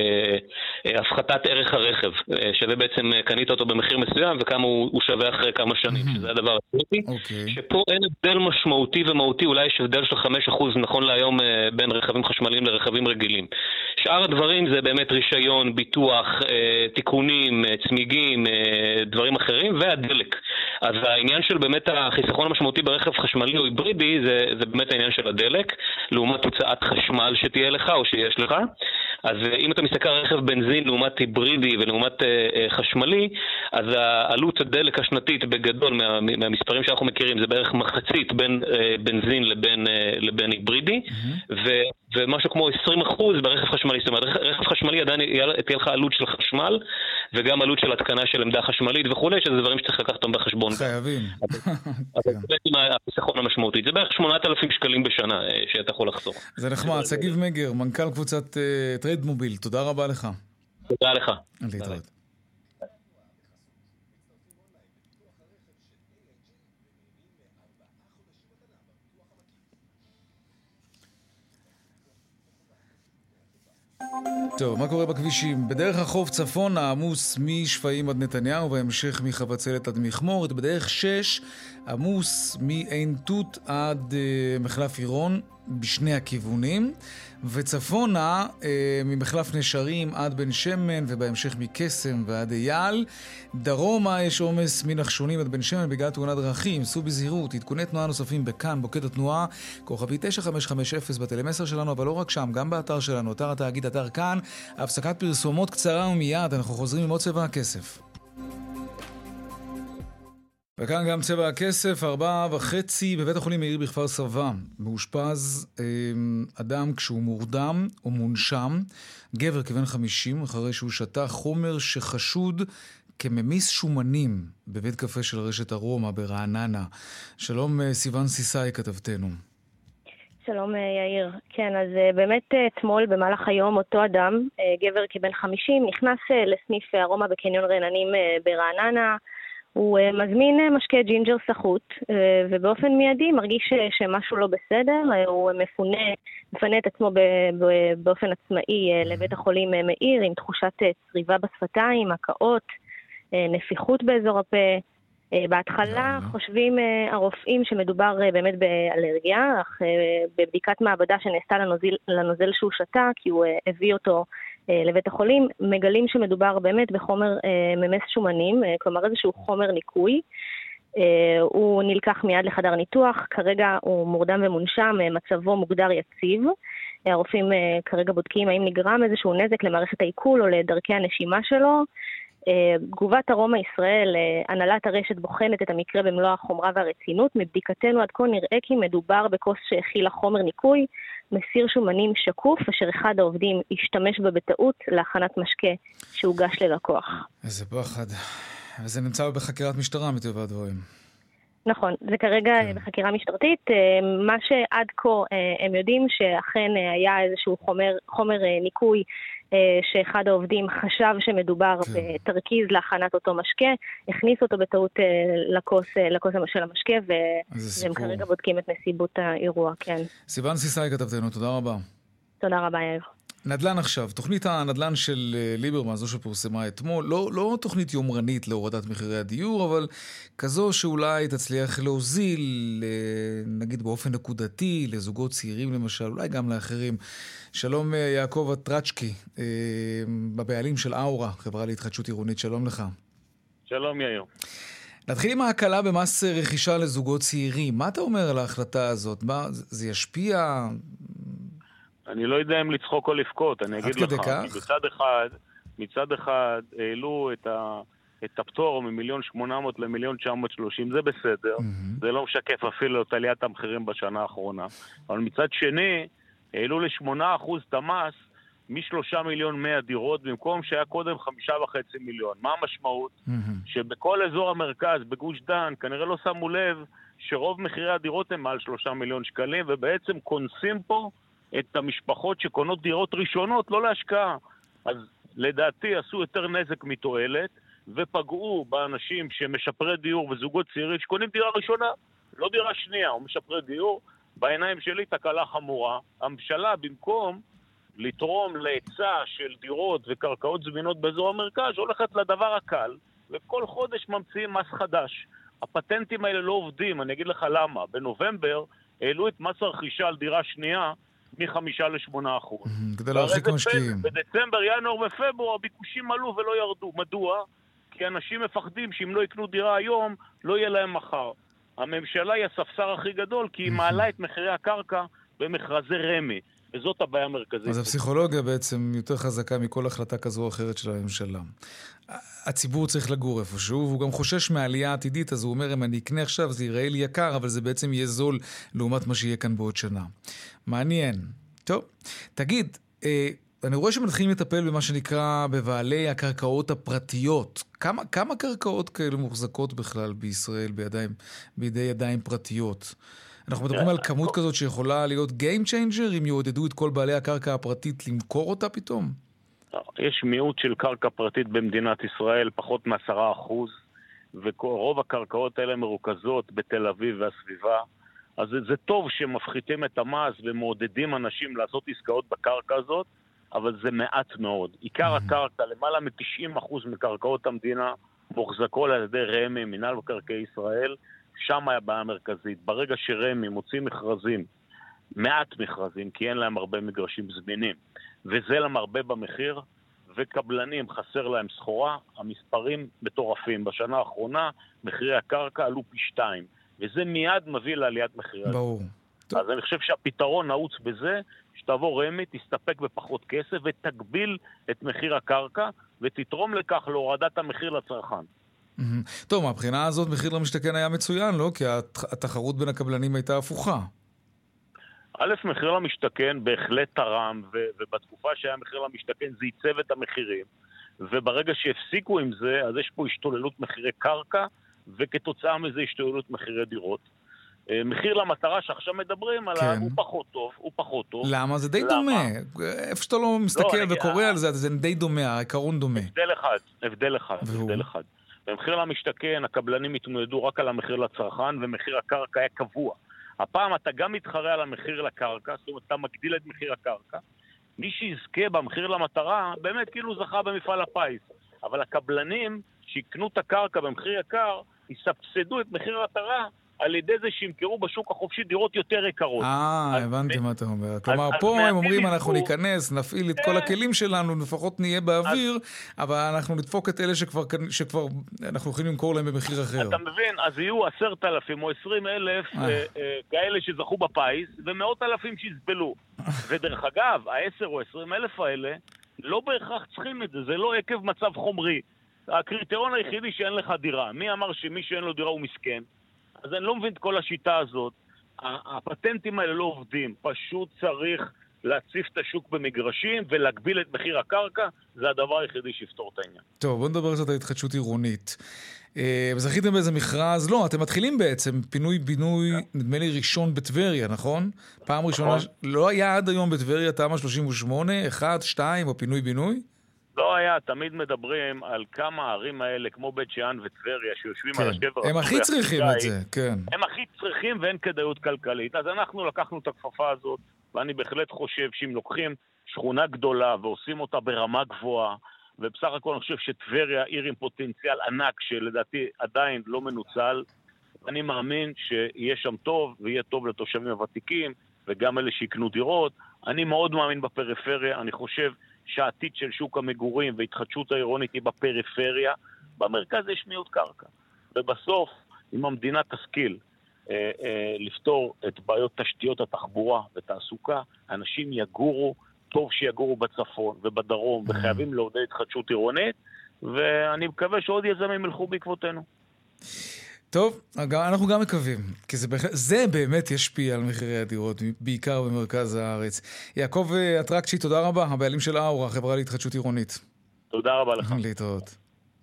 Speaker 7: הפחתת ערך הרכב, שזה בעצם קנית אותו במחיר מסוים וכמה הוא שווה אחרי כמה שנים, שזה הדבר הכי, שפה אין הבדל משמעותי ומהותי, אולי יש הבדל של חמישה אחוז נכון להיום בין רכבים חשמליים לרכבים רגילים. שאר הדברים זה באמת רישיון, ביטוח, תיקונים, צמיגים, מים, דברים אחרים, והדלק. אז העניין של באמת החיסכון המשמעותי ברכב חשמלי או היברידי זה, זה באמת העניין של הדלק, לעומת הוצאת חשמל שתהיה לך או שיש לך. אז אם אתה מסתכל על רכב בנזין לעומת היברידי ולעומת אה, חשמלי, אז העלות הדלק השנתית בגדול מה, מהמספרים שאנחנו מכירים זה בערך מחצית בין אה, בנזין לבין, אה, לבין היברידי, mm-hmm. ו, ומשהו כמו עשרים אחוז ברכב חשמלי. זאת אומרת, רכב חשמלי עדיין תהיה לך עלות של חשמל, וגם עלות של התקנה של עמדה חשמלית וכולי, שזה דברים שצריך לקחת אותם בחשבון.
Speaker 2: חייבים.
Speaker 7: אבל זה בעצם החיסכון המשמעותי. זה בערך שמונת אלפים שקלים בשנה שאתה יכול לחסוך.
Speaker 2: זה נחמד. שגיב מגר, מנכ"ל קבוצת טרייד מוביל, תודה רבה לך.
Speaker 7: תודה לך.
Speaker 2: להתראות. טוב, מה קורה בכבישים? בדרך החוף צפון העמוס משפעים עד נתניהו, והמשך מחבצלת עד מכמורת. בדרך שש עמוס מעין תות עד uh, מחלף עירון בשני הכיוונים, וצפונה uh, ממחלף נשרים עד בן שמן, ובהמשך מקסם ועד אייל. דרומה יש עומס מנחשונים עד בן שמן בגלל תאונת דרכים. סעו בזהירות. עדכוני תנועה נוספים בכאן, מוקד התנועה, כוכבי תשע חמש חמש אפס בטלמסר שלנו, אבל לא רק שם, גם באתר שלנו, אתר התאגיד, אתר כאן. הפסקת פרסומות קצרה ומיד אנחנו חוזרים עם עוד צבע הכסף. וכאן גם צבע הכסף, ארבעה וחצי, בבית החולים מאיר בכפר סבא. מאושפז אה, אדם כשהוא מורדם או מונשם, גבר כבן חמישים, אחרי שהוא שתה חומר שחשוד כממיס שומנים בבית קפה של רשת ארומה ברעננה. שלום סיוון סיסאי כתבתנו.
Speaker 8: שלום יאיר. כן, אז באמת אתמול במהלך היום אותו אדם, גבר כבן חמישים, נכנס לסניף ארומה בקניון רעננים ברעננה. הוא מזמין משקה ג'ינג'ר סחוט, ובאופן מיידי מרגיש שמשהו לא בסדר. הוא מפונה, מפנה את עצמו באופן עצמאי לבית החולים מאיר עם תחושת צריבה בשפתיים, הקאות, נפיחות באזור הפה. בהתחלה חושבים הרופאים שמדובר באמת באלרגיה, אך בבדיקת מעבדה שנעשתה לנוזל, לנוזל שהוא שתה, כי הוא הביא אותו לבית החולים, מגלים שמדובר באמת בחומר ממס שומנים, כלומר איזשהו חומר ניקוי. הוא נלקח מיד לחדר ניתוח, כרגע הוא מורדם ומונשם, מצבו מוגדר יציב. הרופאים כרגע בודקים האם נגרם איזשהו נזק למערכת העיכול או לדרכי הנשימה שלו. תגובת ארומה ישראל, הנהלת הרשת בוחנת את המקרה במלוא החומרה והרצינות. מבדיקתנו עד כה נראה כי מדובר בכוס שהכילה חומר ניקוי, מסיר שומנים שקוף, אשר אחד העובדים השתמש בה בטעות להכנת משקה שהוגש ללקוח. איזה
Speaker 2: פחד. וזה נמצא בחקירת משטרה מטבע הדברים.
Speaker 8: נכון, זה כרגע כן. בחקירה משטרתית. מה שעד כה הם יודעים שאכן היה איזשהו חומר, חומר ניקוי שאחד העובדים חשב שמדובר כן. בתרכיז להכנת אותו משקה, הכניס אותו בטעות לכוס, לכוס של המשקה, והם כרגע בודקים את נסיבות האירוע. כן.
Speaker 2: סיוון סיסאי כתבתנו, תודה רבה.
Speaker 8: תודה רבה, יאיר.
Speaker 2: נדל"ן עכשיו, תוכנית הנדל"ן של ליברמן, זו שפורסמה אתמול, לא, לא תוכנית יומרנית להורדת מחירי הדיור, אבל כזו שאולי תצליח להוזיל, נגיד באופן נקודתי, לזוגות צעירים למשל, אולי גם לאחרים. שלום יעקב אטרצ'קי, בבעלים של אאורה, חברה להתחדשות עירונית, שלום לך.
Speaker 9: שלום יאיר.
Speaker 2: נתחיל עם ההקלה במס רכישה לזוגות צעירים. מה אתה אומר על ההחלטה הזאת? מה, זה ישפיע...
Speaker 9: אני לא יודע אם לצחוק או לבכות, אני אגיד לך. מצד אחד, מצד אחד, העלו את, ה, את הפטור ממיליון שמונה מאות למיליון תשע מאות שלושים, זה בסדר. Mm-hmm. זה לא משקף אפילו את עליית המחירים בשנה האחרונה. אבל מצד שני, העלו לשמונה אחוז את המס משלושה מיליון מאה דירות, במקום שהיה קודם חמישה וחצי מיליון. מה המשמעות? Mm-hmm. שבכל אזור המרכז, בגוש דן, כנראה לא שמו לב שרוב מחירי הדירות הם מעל שלושה מיליון שקלים, ובעצם כונסים פה את המשפחות שקונות דירות ראשונות, לא להשקעה. אז לדעתי עשו יותר נזק מתועלת, ופגעו באנשים שמשפרי דיור וזוגות צעירים שקונים דירה ראשונה, לא דירה שנייה, או משפרי דיור. בעיניים שלי תקלה חמורה. הממשלה במקום לתרום להיצע של דירות וקרקעות זמינות באזור המרכז, הולכת לדבר הקל, וכל חודש ממציאים מס חדש. הפטנטים האלה לא עובדים, אני אגיד לך למה. בנובמבר העלו את מס הרכישה על דירה שנייה, מחמישה לשמונה אחוז.
Speaker 2: כדי להרחיק משקיעים.
Speaker 9: בדצמבר, ינואר ופברואר הביקושים עלו ולא ירדו. מדוע? כי אנשים מפחדים שאם לא יקנו דירה היום, לא יהיה להם מחר. הממשלה היא הספסר הכי גדול, כי היא מעלה את מחירי הקרקע במכרזי רמי, וזאת הבעיה המרכזית.
Speaker 2: אז הפסיכולוגיה בעצם יותר חזקה מכל החלטה כזו או אחרת של הממשלה. הציבור צריך לגור איפשהו, והוא גם חושש מהעלייה העתידית, אז הוא אומר, אם אני אקנה עכשיו, זה ייראה לי יקר, אבל זה בעצם יהיה זול לעומת מה שיהיה כאן בעוד שנה. מעניין. טוב, תגיד, אה, אני רואה שמתחילים לטפל במה שנקרא בבעלי הקרקעות הפרטיות. כמה, כמה קרקעות כאלה מוחזקות בכלל בישראל בידיים, בידי ידיים פרטיות? אנחנו מדברים על כמות כזאת שיכולה להיות game changer אם יעודדו את כל בעלי הקרקע הפרטית למכור אותה פתאום?
Speaker 9: יש מיעוט של קרקע פרטית במדינת ישראל, פחות מעשרה אחוז, ורוב הקרקעות האלה מרוכזות בתל אביב והסביבה. אז זה, זה טוב שמפחיתים את המס ומעודדים אנשים לעשות עסקאות בקרקע הזאת, אבל זה מעט מאוד. עיקר הקרקע, למעלה מ-תשעים אחוז מקרקעות המדינה, מוחזקות על ידי רמ"י, מינהל מקרקעי ישראל, שם היה בעיה מרכזית. ברגע שרמ"י מוציא מכרזים, מעט מכרזים, כי אין להם הרבה מגרשים זמינים, וזה למרבה במחיר, וקבלנים חסר להם סחורה, המספרים מטורפים. בשנה האחרונה מחירי הקרקע עלו פי שתיים, וזה מיד מביא לעליית מחירי.
Speaker 2: ברור.
Speaker 9: אז אני חושב שהפתרון נעוץ בזה, שתבוא רמ"י, תסתפק בפחות כסף ותגביל את מחיר הקרקע, ותתרום לכך להורדת המחיר לצרכן.
Speaker 2: טוב, מהבחינה הזאת מחיר למשתכן היה מצוין, לא? כי התחרות בין הקבלנים הייתה הפוכה.
Speaker 9: א', מחיר למשתכן בהחלט תרם, ובתקופה שהיה מחיר למשתכן זה ייצב את המחירים, וברגע שהפסיקו עם זה, אז יש פה השתוללות מחירי קרקע, וכתוצאה מזה השתוללות מחירי דירות. מחיר למטרה שעכשיו מדברים עליו, הוא פחות טוב, הוא פחות טוב.
Speaker 2: למה? זה די דומה. איפה שאתה לא מסתכל וקורא על זה, זה די דומה, העיקרון דומה.
Speaker 9: הבדל אחד, הבדל אחד, הבדל אחד. במחיר למשתכן, הקבלנים התמודדו רק על המחיר לצרכן, ומחיר הקרקע היה קבוע. הפעם אתה גם מתחרה על המחיר לקרקע, זאת אומרת, אתה מגדיל את מחיר הקרקע. מי שיזכה במחיר למטרה, באמת כאילו זכה במפעל הפיס. אבל הקבלנים שיקנו את הקרקע במחיר יקר, יסבסדו את מחיר המטרה, על ידי זה שימכרו בשוק החופשי דירות יותר יקרות.
Speaker 2: אה, הבנתי מה אתה אומר. כלומר, פה הם אומרים, אנחנו ניכנס, נפעיל את כל הכלים שלנו, לפחות נהיה באוויר, אבל אנחנו נדפוק את אלה שכבר אנחנו יכולים למכור להם במחיר אחר.
Speaker 9: אתה מבין? אז יהיו עשרת אלפים או עשרים אלף כאלה שזכו בפיס, ומאות אלפים שיסבלו. ודרך אגב, העשר או עשרים אלף האלה, לא בהכרח צריכים את זה, זה לא עקב מצב חומרי. הקריטריון היחידי שאין לך דירה. מי אמר שמי שאין לו דירה הוא מסכן? אז אני לא מבין את כל השיטה הזאת. הפטנטים האלה לא עובדים. פשוט צריך להציף את השוק במגרשים ולהגביל את מחיר הקרקע. זה הדבר היחידי שיפתור את העניין.
Speaker 2: טוב, בוא נדבר קצת על התחדשות עירונית. זכיתם באיזה מכרז? לא, אתם מתחילים בעצם פינוי-בינוי, נדמה לי ראשון בטבריה, נכון? פעם ראשונה, לא היה עד היום בטבריה תמ"א שלושים ושמונה, אחד, שתיים, או פינוי-בינוי?
Speaker 9: לא היה, תמיד מדברים על כמה הערים האלה, כמו בית שאן וטבריה, שיושבים על השבר.
Speaker 2: הם הכי צריכים את זה, כן.
Speaker 9: הם הכי צריכים ואין כדאיות כלכלית. אז אנחנו לקחנו את הכפפה הזאת, ואני בהחלט חושב שאם לוקחים שכונה גדולה ועושים אותה ברמה גבוהה, ובסך הכל אני חושב שטבריה עיר עם פוטנציאל ענק, שלדעתי עדיין לא מנוצל, אני מאמין שיהיה שם טוב, ויהיה טוב לתושבים הוותיקים, וגם אלה שיקנו דירות. אני מאוד מאמין בפריפריה, אני חושב שהעתיד של שוק המגורים והתחדשות העירונית היא בפריפריה, במרכז יש מיעוט קרקע. ובסוף, אם המדינה תשכיל אה, אה, לפתור את בעיות תשתיות התחבורה ותעסוקה, אנשים יגורו, טוב שיגורו בצפון ובדרום, וחייבים לעודד התחדשות עירונית, ואני מקווה שעוד יזמים ילכו בעקבותינו.
Speaker 2: טוב, אנחנו גם מקווים, כי זה, בכ... זה באמת ישפיע על מחירי הדירות, בעיקר במרכז הארץ. יעקב אטרקצ'י, תודה רבה, הבעלים של אאורה, חברה להתחדשות עירונית.
Speaker 9: תודה רבה לך.
Speaker 2: להתראות.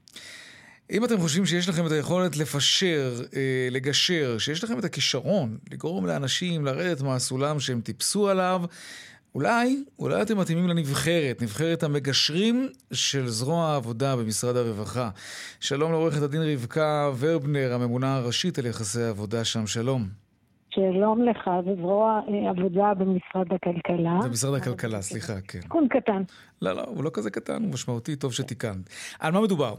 Speaker 2: אם אתם חושבים שיש לכם את היכולת לפשר, לגשר, שיש לכם את הכישרון, לגרום לאנשים לרדת מהסולם שהם טיפסו עליו, אולי, אולי אתם מתאימים לנבחרת, נבחרת המגשרים של זרוע העבודה במשרד הרווחה. שלום לעורכת הדין רבקה ורבנר, הממונה הראשית על יחסי העבודה שם, שלום.
Speaker 10: שלום לך, זה זרוע עבודה במשרד הכלכלה.
Speaker 2: במשרד הכלכלה, סליחה, כן.
Speaker 10: תיקון קטן.
Speaker 2: לא, לא, הוא לא כזה קטן, הוא משמעותי, טוב שתיקנת. על מה מדובר?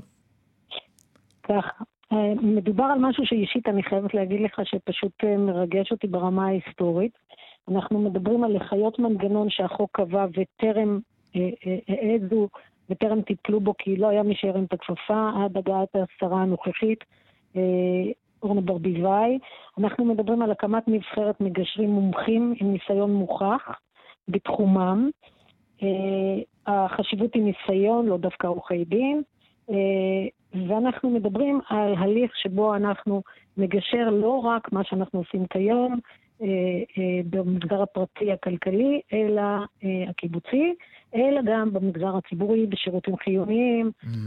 Speaker 10: ככה, מדובר על משהו שאישית אני חייבת להגיד לך שפשוט מרגש אותי ברמה ההיסטורית. אנחנו מדברים על לחיות מנגנון שהחוק קבע וטרם העזו וטרם טיפלו בו כי לא היה מי שירים את הכפפה עד הגעת השרה הנוכחית, אורנה ברביבאי. אנחנו מדברים על הקמת נבחרת מגשרים מומחים עם ניסיון מוכח בתחומם. החשיבות היא ניסיון, לא דווקא עורכי דין, ואנחנו מדברים על הליך שבו אנחנו נגשר לא רק מה שאנחנו עושים כיום במגזר הפרטי הכלכלי, אלא הקיבוצי, אלא גם במגזר הציבורי, בשירותים חיוניים,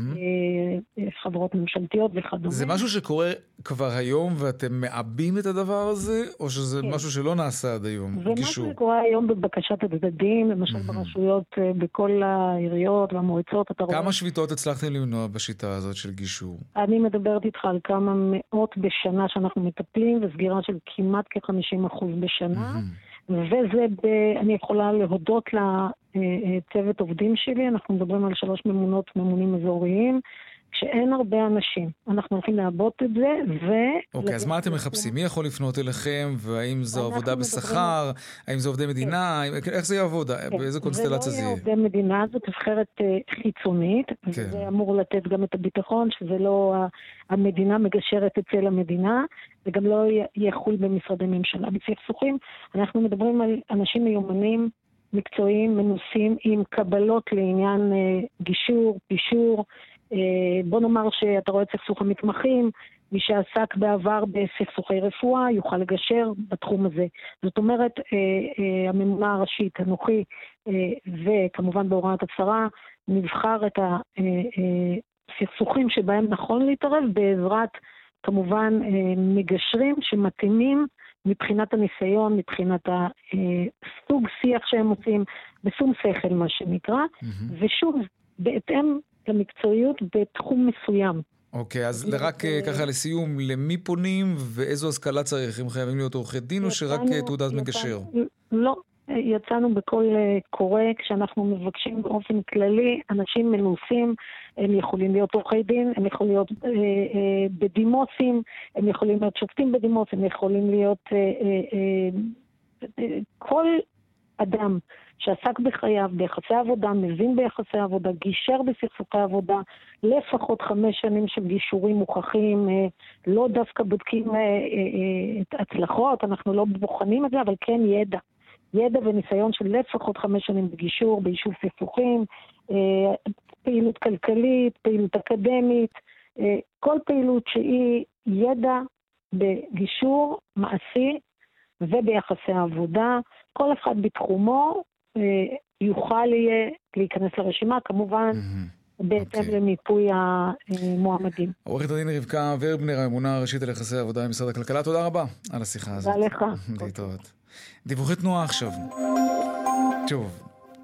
Speaker 10: חברות ממשלתיות וכדומה.
Speaker 2: זה משהו שקורה כבר היום ואתם מעבים את הדבר הזה, או שזה משהו שלא נעשה עד היום?
Speaker 10: זה משהו שקורה היום בבקשת הצדדים, למשל ברשויות, בכל העיריות והמועצות.
Speaker 2: כמה שביתות הצלחתם למנוע בשיטה הזאת של גישור?
Speaker 10: אני מדברת איתך על כמה מאות בשנה שאנחנו מטפלים, וסגירה של כמעט כ-חמישים אחוז בשנה. וזה, ב, אני יכולה להודות לצוות עובדים שלי, אנחנו מדברים על שלוש ממונות, ממונים אזוריים, כשאין הרבה אנשים. אנחנו הולכים לעבוד את זה, ו...
Speaker 2: אוקיי, אז מה אתם מחפשים? מי יכול לפנות אליכם, והאם זו עבודה בשכר, האם זו עובדי מדינה, איך זה יעבוד? באיזה קונסטלציה זה יהיה?
Speaker 10: זה לא עובדי מדינה, זאת נבחרת חיצונית, וזה אמור לתת גם את הביטחון, שזה לא המדינה מגשרת אצל המדינה, וגם לא יחול במשרדי ממשלה. בסכסוכים, אנחנו מדברים על אנשים מיומנים, מקצועיים, מנוסים, עם קבלות לעניין גישור, פישור. בוא נאמר שאתה רואה את סכסוך המתמחים, מי שעסק בעבר בסכסוכי רפואה יוכל לגשר בתחום הזה. זאת אומרת, הממונה הראשית, אנוכי, וכמובן בהוראת השרה, נבחר את הסכסוכים שבהם נכון להתערב בעזרת כמובן מגשרים שמתאימים מבחינת הניסיון, מבחינת הסוג שיח שהם עושים, בשום שכל מה שנקרא, ושוב, בהתאם למקצועיות בתחום מסוים.
Speaker 2: אוקיי, אז רק ככה לסיום, למי פונים ואיזו השכלה צריך? הם חייבים להיות עורכי דין או שרק תעודת מגשר?
Speaker 10: לא, יצאנו בכל קורא, כשאנחנו מבקשים באופן כללי, אנשים מנוסים, הם יכולים להיות עורכי דין, הם יכולים להיות אה, אה, בדימוסים, הם יכולים להיות שופטים בדימוס, הם יכולים להיות אה, אה, אה, כל אדם שעסק בחייו, ביחסי עבודה, מבין ביחסי עבודה, גישר בסכסוכי עבודה, לפחות חמש שנים של גישורים מוכחים, אה, לא דווקא בודקים אה, אה, אה, את הצלחות, אנחנו לא בוחנים את זה, אבל כן ידע. ידע וניסיון של לפחות חמש שנים בגישור, ביישוב סכסוכים, פעילות כלכלית, פעילות אקדמית, כל פעילות שהיא ידע בגישור מעשי וביחסי העבודה, כל אחד בתחומו יוכל יהיה להיכנס לרשימה, כמובן בהתאם למיפוי המועמדים.
Speaker 2: עורכת הדין רבקה ורבנר, הממונה הראשית על יחסי העבודה במשרד הכלכלה, תודה רבה על השיחה הזאת.
Speaker 10: תודה לך.
Speaker 2: להתראות. דיווחי תנועה עכשיו. שוב.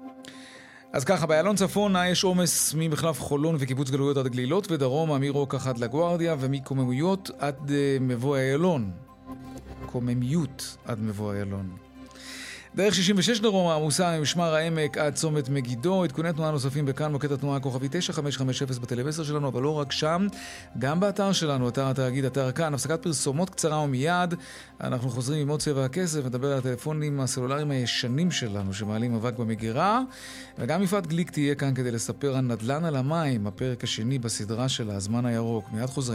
Speaker 2: אז ככה, באיילון צפונה יש עומס ממחלף חולון וקיבוץ גלויות עד גלילות, ודרומה מרוקח עד לגוארדיה ומקוממיות עד מבוא איילון. קוממיות עד מבוא איילון. דרך שישים ושש דרומה עמוסה ממשמר העמק עד צומת מגידו. עדכוני תנועה נוספים בכאן מוקד התנועה כוכבי תשע חמש חמש אפס בטלוויזיה שלנו, אבל לא רק שם, גם באתר שלנו, אתר התאגיד, אתר כאן. הפסקת פרסומות קצרה ומיד אנחנו חוזרים עם עוד צבע הכסף, נדבר על הטלפונים הסלולריים הישנים שלנו שמעלים אבק במגירה, וגם יפעת גליק תהיה כאן כדי לספר על נדל"ן על המים, הפרק השני בסדרה של הזמן הירוק. מיד חוזרים.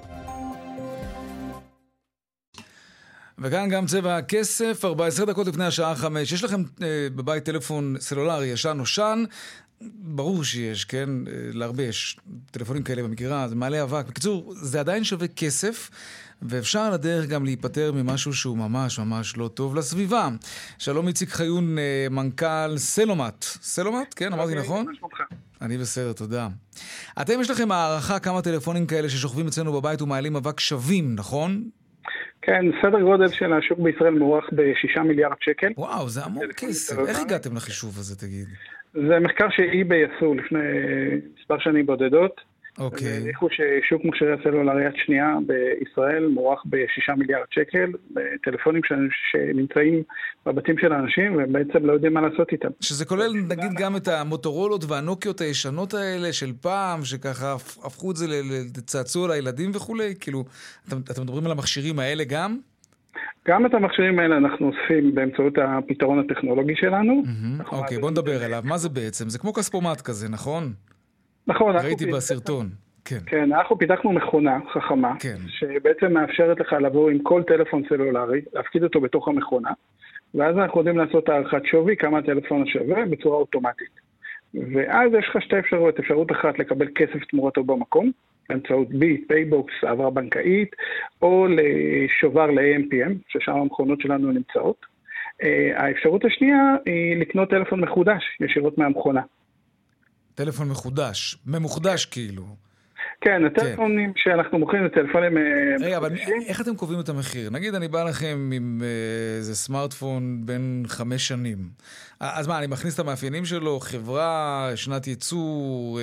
Speaker 2: וכאן גם צבע הכסף, ארבע עשרה דקות לפני השעה חמש. יש לכם אה, בבית טלפון סלולרי ישן או שן? ברור שיש, כן? אה, להרבה יש טלפונים כאלה במגירה, זה מעלה אבק. בקיצור, זה עדיין שווה כסף, ואפשר על הדרך גם להיפטר ממשהו שהוא ממש ממש לא טוב לסביבה. שלום איציק חיון, אה, מנכ"ל סלומט. סלומט? כן, אמרתי נכון? אני בסדר, תודה. אתם יש לכם הערכה כמה טלפונים כאלה ששוכבים אצלנו בבית ומעלים אבק שווים, נכון?
Speaker 11: כן, סדר גודל של השוק בישראל מוערך בשישה מיליארד שקל.
Speaker 2: וואו, זה המון כסף. איך הגעתם לחישוב הזה, תגיד?
Speaker 11: זה מחקר שאי-ביי עשו לפני מספר שנים בודדות.
Speaker 2: אוקיי.
Speaker 11: העריכו ששוק מכשירי הסלולר יד שנייה בישראל מוערך בשישה מיליארד שקל, בטלפונים שנמצאים בבתים של האנשים, והם בעצם לא יודעים מה לעשות איתם.
Speaker 2: שזה כולל, נגיד, גם את המוטורולות והנוקיות הישנות האלה של פעם, שככה הפכו את זה לצעצוע לילדים וכולי? כאילו, אתם, אתם מדברים על המכשירים האלה גם?
Speaker 11: גם את המכשירים האלה אנחנו אוספים באמצעות הפתרון הטכנולוגי שלנו.
Speaker 2: אוקיי, בוא נדבר עליו. מה זה בעצם? זה כמו כספומט כזה, נכון?
Speaker 11: נכון.
Speaker 2: ראיתי בסרטון. כן.
Speaker 11: כן, אנחנו פיתחנו מכונה חכמה, כן. שבעצם מאפשרת לך לעבור עם כל טלפון סלולרי, להפקיד אותו בתוך המכונה, ואז אנחנו יודעים לעשות הערכת שווי, כמה הטלפון השווה, בצורה אוטומטית. ואז יש לך שתי אפשרויות, אפשרות אחת לקבל כסף תמורתו במקום, באמצעות ביט, פייבוקס, העברה בנקאית, או לשובר ל-איי אם פי אם, ששם המכונות שלנו נמצאות. האפשרות השנייה היא לקנות טלפון מחודש, ישירות מהמכונה.
Speaker 2: טלפון מחודש, ממוחדש כאילו.
Speaker 11: כן, הטלפונים שאנחנו מוכרים זה טלפונים...
Speaker 2: רגע, אבל איך אתם קובעים את המחיר? נגיד אני בא לכם עם איזה סמארטפון בין חמש שנים. אז מה, אני מכניס את המאפיינים שלו, חברה, שנת ייצור,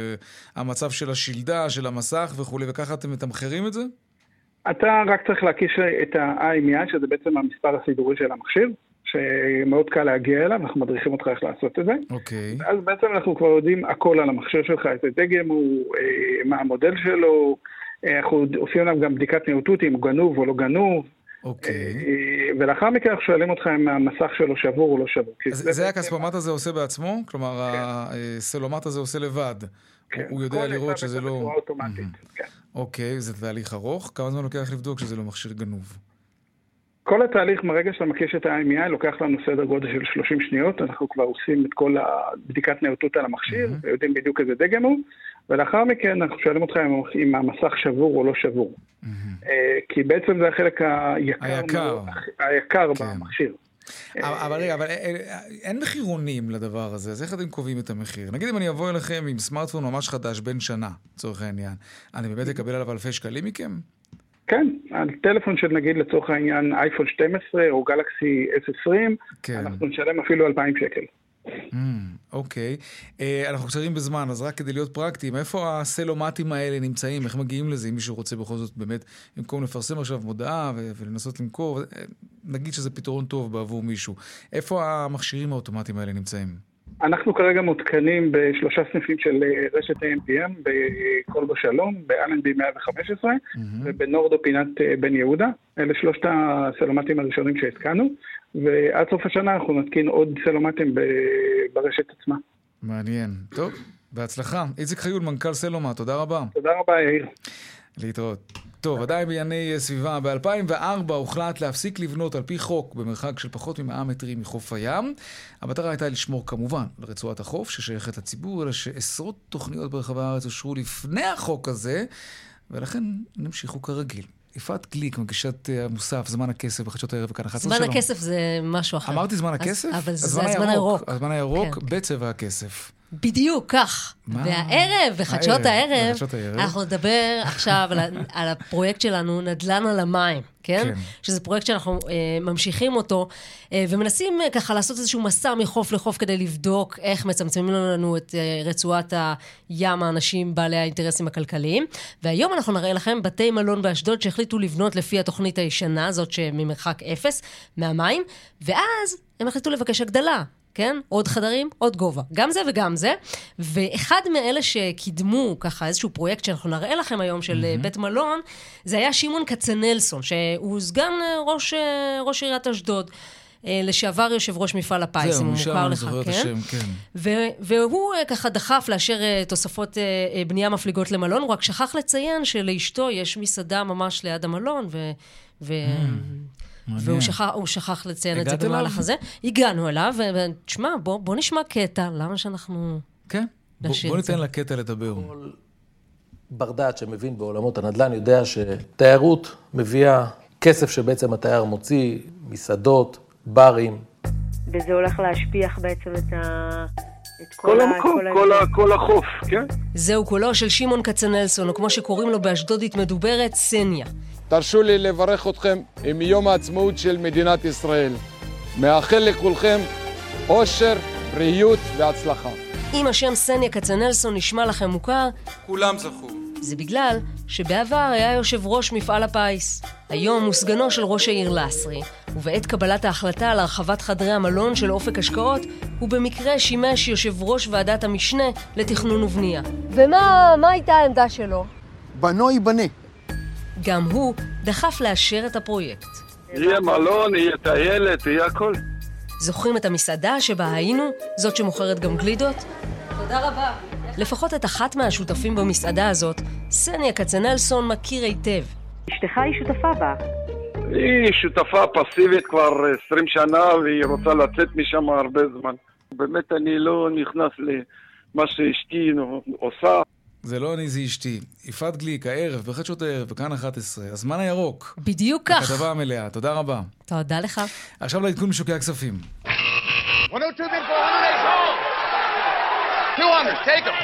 Speaker 2: המצב של השלדה, של המסך וכו', וככה אתם מתמחרים את זה?
Speaker 11: אתה רק צריך להקיש את ה-איי אם איי, שזה בעצם המספר הסידורי של המכשיר, שמאוד קל להגיע אליו, אנחנו מדריכים אותך איך לעשות את זה.
Speaker 2: אוקיי.
Speaker 11: אז בעצם אנחנו כבר יודעים הכל על המכשיר שלך, את הדגם הוא, מה המודל שלו, אנחנו עושים עליו גם בדיקת נאותות, אם הוא גנוב או לא גנוב.
Speaker 2: אוקיי.
Speaker 11: ולאחר מכן אנחנו שואלים אותך אם המסך שלו שבור או לא שבור.
Speaker 2: אז זה הכספומט הזה עושה בעצמו? כלומר, הסלומט הזה עושה לבד. הוא יודע לראות שזה לא... אוקיי, זה תהליך ארוך. כמה זמן לוקח לבדוק שזה לא מכשיר גנוב?
Speaker 11: כל התהליך, מרגע שאתה מקיש את ה-איי אם איי, לוקח לנו סדר גודל של שלושים שניות, אנחנו כבר עושים את כל הבדיקת נאותות על המכשיר, mm-hmm. ויודעים בדיוק איזה דגם הוא, ולאחר מכן אנחנו שואלים אותך אם, אם המסך שבור או לא שבור. Mm-hmm. כי בעצם זה החלק היקר,
Speaker 2: היקר.
Speaker 11: היקר
Speaker 2: כן.
Speaker 11: במכשיר.
Speaker 2: אבל, אבל רגע, אבל אין מחירונים לדבר הזה, אז איך אתם קובעים את המחיר? נגיד אם אני אבוא אליכם עם סמארטפון ממש חדש בין שנה, צורך העניין, אני באמת אקבל עליו אלפי שקלים מכם?
Speaker 11: כן, הטלפון של נגיד לצורך העניין אייפון שתים עשרה או גלקסי אס עשרים, כן. אנחנו נשלם אפילו אלפיים שקל.
Speaker 2: Mm, אוקיי. Uh, אנחנו קצרים בזמן, אז רק כדי להיות פרקטיים, איפה הסלומטים האלה נמצאים? איך מגיעים לזה? אם מישהו רוצה בכל זאת באמת, במקום לפרסם עכשיו מודעה ו- ולנסות למכור, נגיד שזה פתרון טוב בעבור מישהו. איפה המכשירים האוטומטיים האלה נמצאים?
Speaker 11: אנחנו כרגע מותקנים בשלושה סניפים של רשת איי אם פי אם, בקולבו שלום, באלנבי מאה וחמש עשרה, mm-hmm. ובנורדו פינת בן יהודה. אלה שלושת הסלומטים הראשונים שהתקנו, ועד סוף השנה אנחנו נתקין עוד סלומטים ברשת עצמה.
Speaker 2: מעניין. טוב, בהצלחה. איציק חיול, מנכ"ל סלומט, תודה רבה.
Speaker 11: תודה רבה, יאיר.
Speaker 2: להתראות. טוב, עדיין בענייני סביבה. ב-אלפיים וארבע הוחלט להפסיק לבנות על פי חוק במרחק של פחות מ-מאה מטרים מחוף הים. המטרה הייתה לשמור כמובן לרצועת החוף ששייכת לציבור, אלא שעשרות תוכניות ברחבי הארץ אושרו לפני החוק הזה, ולכן נמשיכו כרגיל. יפעת גליק, מגישת המוסף, זמן הכסף בחדשות הערב וכאן אחת.
Speaker 12: זמן הכסף זה משהו אחר.
Speaker 2: אמרתי זמן הכסף?
Speaker 12: אבל זה הזמן הירוק.
Speaker 2: הזמן הירוק בצבע הכסף.
Speaker 12: בדיוק, כך. והערב, בחדשות הערב, אנחנו נדבר עכשיו על הפרויקט שלנו, נדל"ן על המים, כן? שזה פרויקט שאנחנו ממשיכים אותו, ומנסים ככה לעשות איזשהו מסע מחוף לחוף כדי לבדוק איך מצמצמים לנו את רצועת הים האנשים בעלי האינטרסים הכלכליים. והיום אנחנו נראה לכם בתי מלון באשדוד שהחליטו לבנות לפי התוכנית הישנה, זאת שממרחק אפס מהמים, ואז הם החליטו לבקש הגדלה. כן? עוד חדרים, עוד גובה. גם זה וגם זה. ואחד מאלה שקידמו ככה איזשהו פרויקט שאנחנו נראה לכם היום של mm-hmm. בית מלון, זה היה שמעון כצנלסון, שהוא סגן ראש, ראש עיריית אשדוד, לשעבר יושב ראש מפעל הפיס,
Speaker 2: זהו,
Speaker 12: אם הוא מוכר לך,
Speaker 2: כן? השם, כן.
Speaker 12: ו- והוא ככה דחף לאשר תוספות בנייה מפליגות למלון, הוא רק שכח לציין שלאשתו יש מסעדה ממש ליד המלון, ו... ו- mm. והוא שכח, הוא שכח לציין את זה במהלך הזה. הגענו אליו, ותשמע, בוא, בוא נשמע קטע, למה שאנחנו...
Speaker 2: כן, בוא, בוא ניתן לקטע לדבר.
Speaker 13: כל בר דעת שמבין בעולמות הנדל"ן יודע שתיירות מביאה כסף שבעצם התייר מוציא, מסעדות, ברים.
Speaker 8: וזה הולך להשפיח בעצם את ה...
Speaker 14: כל המקום, כל, ה, כל החוף, כן?
Speaker 12: זהו קולו של שמעון כצנלסון, או כמו שקוראים לו באשדודית מדוברת, סניה.
Speaker 14: תרשו לי לברך אתכם עם יום העצמאות של מדינת ישראל. מאחל לכולכם אושר, בריאות והצלחה.
Speaker 12: אם השם סניה כצנלסון נשמע לכם מוכר,
Speaker 14: כולם זכו.
Speaker 12: זה בגלל שבעבר היה יושב ראש מפעל הפיס. היום הוא סגנו של ראש העיר לסרי, ובעת קבלת ההחלטה על הרחבת חדרי המלון של אופק השקעות, הוא במקרה שימש יושב ראש ועדת המשנה לתכנון ובנייה.
Speaker 8: ומה מה הייתה העמדה שלו?
Speaker 14: בנו ייבנה.
Speaker 12: גם הוא דחף לאשר את הפרויקט.
Speaker 14: יהיה מלון, יהיה טיילת, יהיה הכל.
Speaker 12: זוכרים את המסעדה שבה היינו? זאת שמוכרת גם גלידות?
Speaker 8: תודה רבה.
Speaker 12: לפחות את אחת מהשותפים במסעדה הזאת, סניה כצנלסון מכיר היטב.
Speaker 15: אשתך היא שותפה בה.
Speaker 16: היא שותפה פסיבית כבר עשרים שנה, והיא רוצה לצאת משם הרבה זמן. באמת אני לא נכנס למה שאשתי עושה.
Speaker 2: זה לא אני, זה אשתי. יפעת גליק, הערב, בחדשות הערב, בכאן אחת עשרה. הזמן הירוק.
Speaker 12: בדיוק כך.
Speaker 2: הכתבה המלאה. תודה רבה.
Speaker 12: תודה לך.
Speaker 2: עכשיו לעדכון משוקי הכספים.
Speaker 17: one oh two bid for one hundred, two hundred, take them.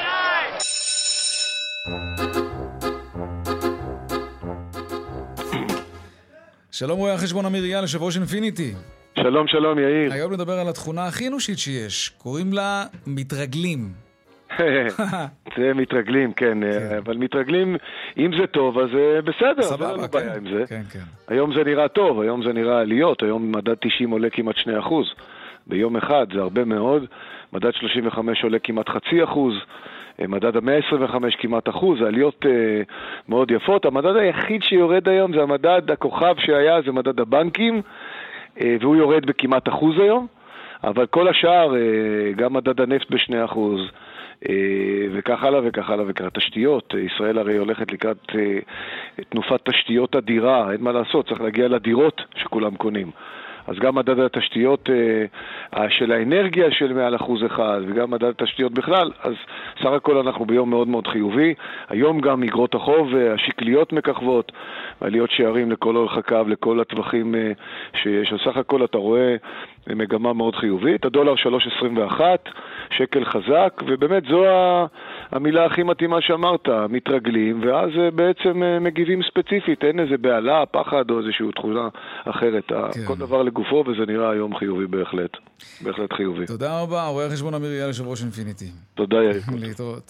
Speaker 2: שלום רואה החשבון אמיר אייל, יושב ראש אינפיניטי.
Speaker 16: שלום, שלום, יאיר.
Speaker 2: היום נדבר על התכונה הכי אנושית שיש. קוראים לה מתרגלים.
Speaker 16: זה מתרגלים, כן. אבל מתרגלים, אם זה טוב, אז בסדר.
Speaker 2: סבבה, כן. כן, כן.
Speaker 16: היום זה נראה טוב, היום זה נראה עליות. היום מדד תשעים עולה כמעט שני אחוז. ביום אחד זה הרבה מאוד. מדד שלושים וחמש עולה כמעט חצי אחוז. מדד ה-מאה עשרים וחמש כמעט אחוז, זה עליות אה, מאוד יפות. המדד היחיד שיורד היום זה המדד, הכוכב שהיה, זה מדד הבנקים, אה, והוא יורד בכמעט אחוז היום, אבל כל השאר, אה, גם מדד הנפט בשני אחוז, אה, וכך הלאה וכך הלאה וכך. תשתיות, ישראל הרי הולכת לקראת אה, תנופת תשתיות אדירה, אין מה לעשות, צריך להגיע לדירות שכולם קונים. אז גם מדד התשתיות אה, של האנרגיה של מעל אחוז אחד, וגם מדד התשתיות בכלל, אז סך הכל אנחנו ביום מאוד מאוד חיובי. היום גם אגרות החוב השקליות מככבות, עליות שערים לכל אורך הקו, לכל הטווחים אה, שיש. אז סך הכל אתה רואה מגמה מאוד חיובית. הדולר שלוש עשרים ואחת, שקל חזק, ובאמת זו המילה הכי מתאימה שאמרת, מתרגלים, ואז בעצם מגיבים ספציפית, אין איזה בעלה, פחד או איזושהי תכונה אחרת. כן. כל דבר לגופו, וזה נראה היום חיובי בהחלט. בהחלט חיובי.
Speaker 2: תודה רבה, רואה חשבון אמיר אייל, יושב ראש אינפיניטי.
Speaker 16: תודה, יאיר.
Speaker 2: להתראות.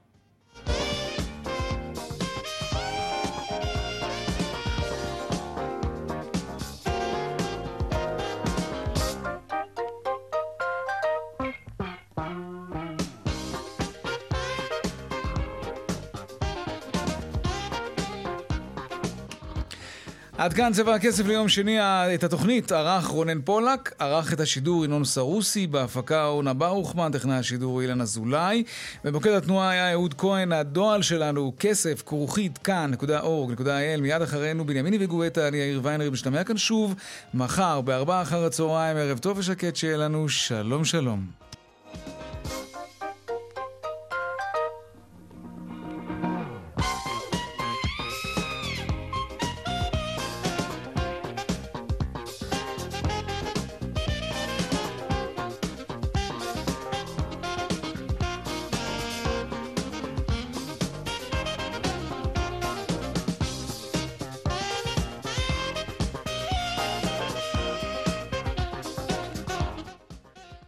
Speaker 2: עד כאן צבע הכסף ליום שני. את התוכנית ערך רונן פולק, ערך את השידור ינון סרוסי, בהפקה אורנה ברוכמן, טכנאי השידור אילן אזולאי, במוקד התנועה היה אהוד כהן. הדואל שלנו כסף כרוכית כאן נקודה אורג נקודה איי אל. מיד אחרינו בנימיני וגואטה, אני יאיר ויינרב, משתמע כאן שוב מחר בארבע אחר הצהריים. ערב טוב ושקט שיהיה לנו. שלום שלום.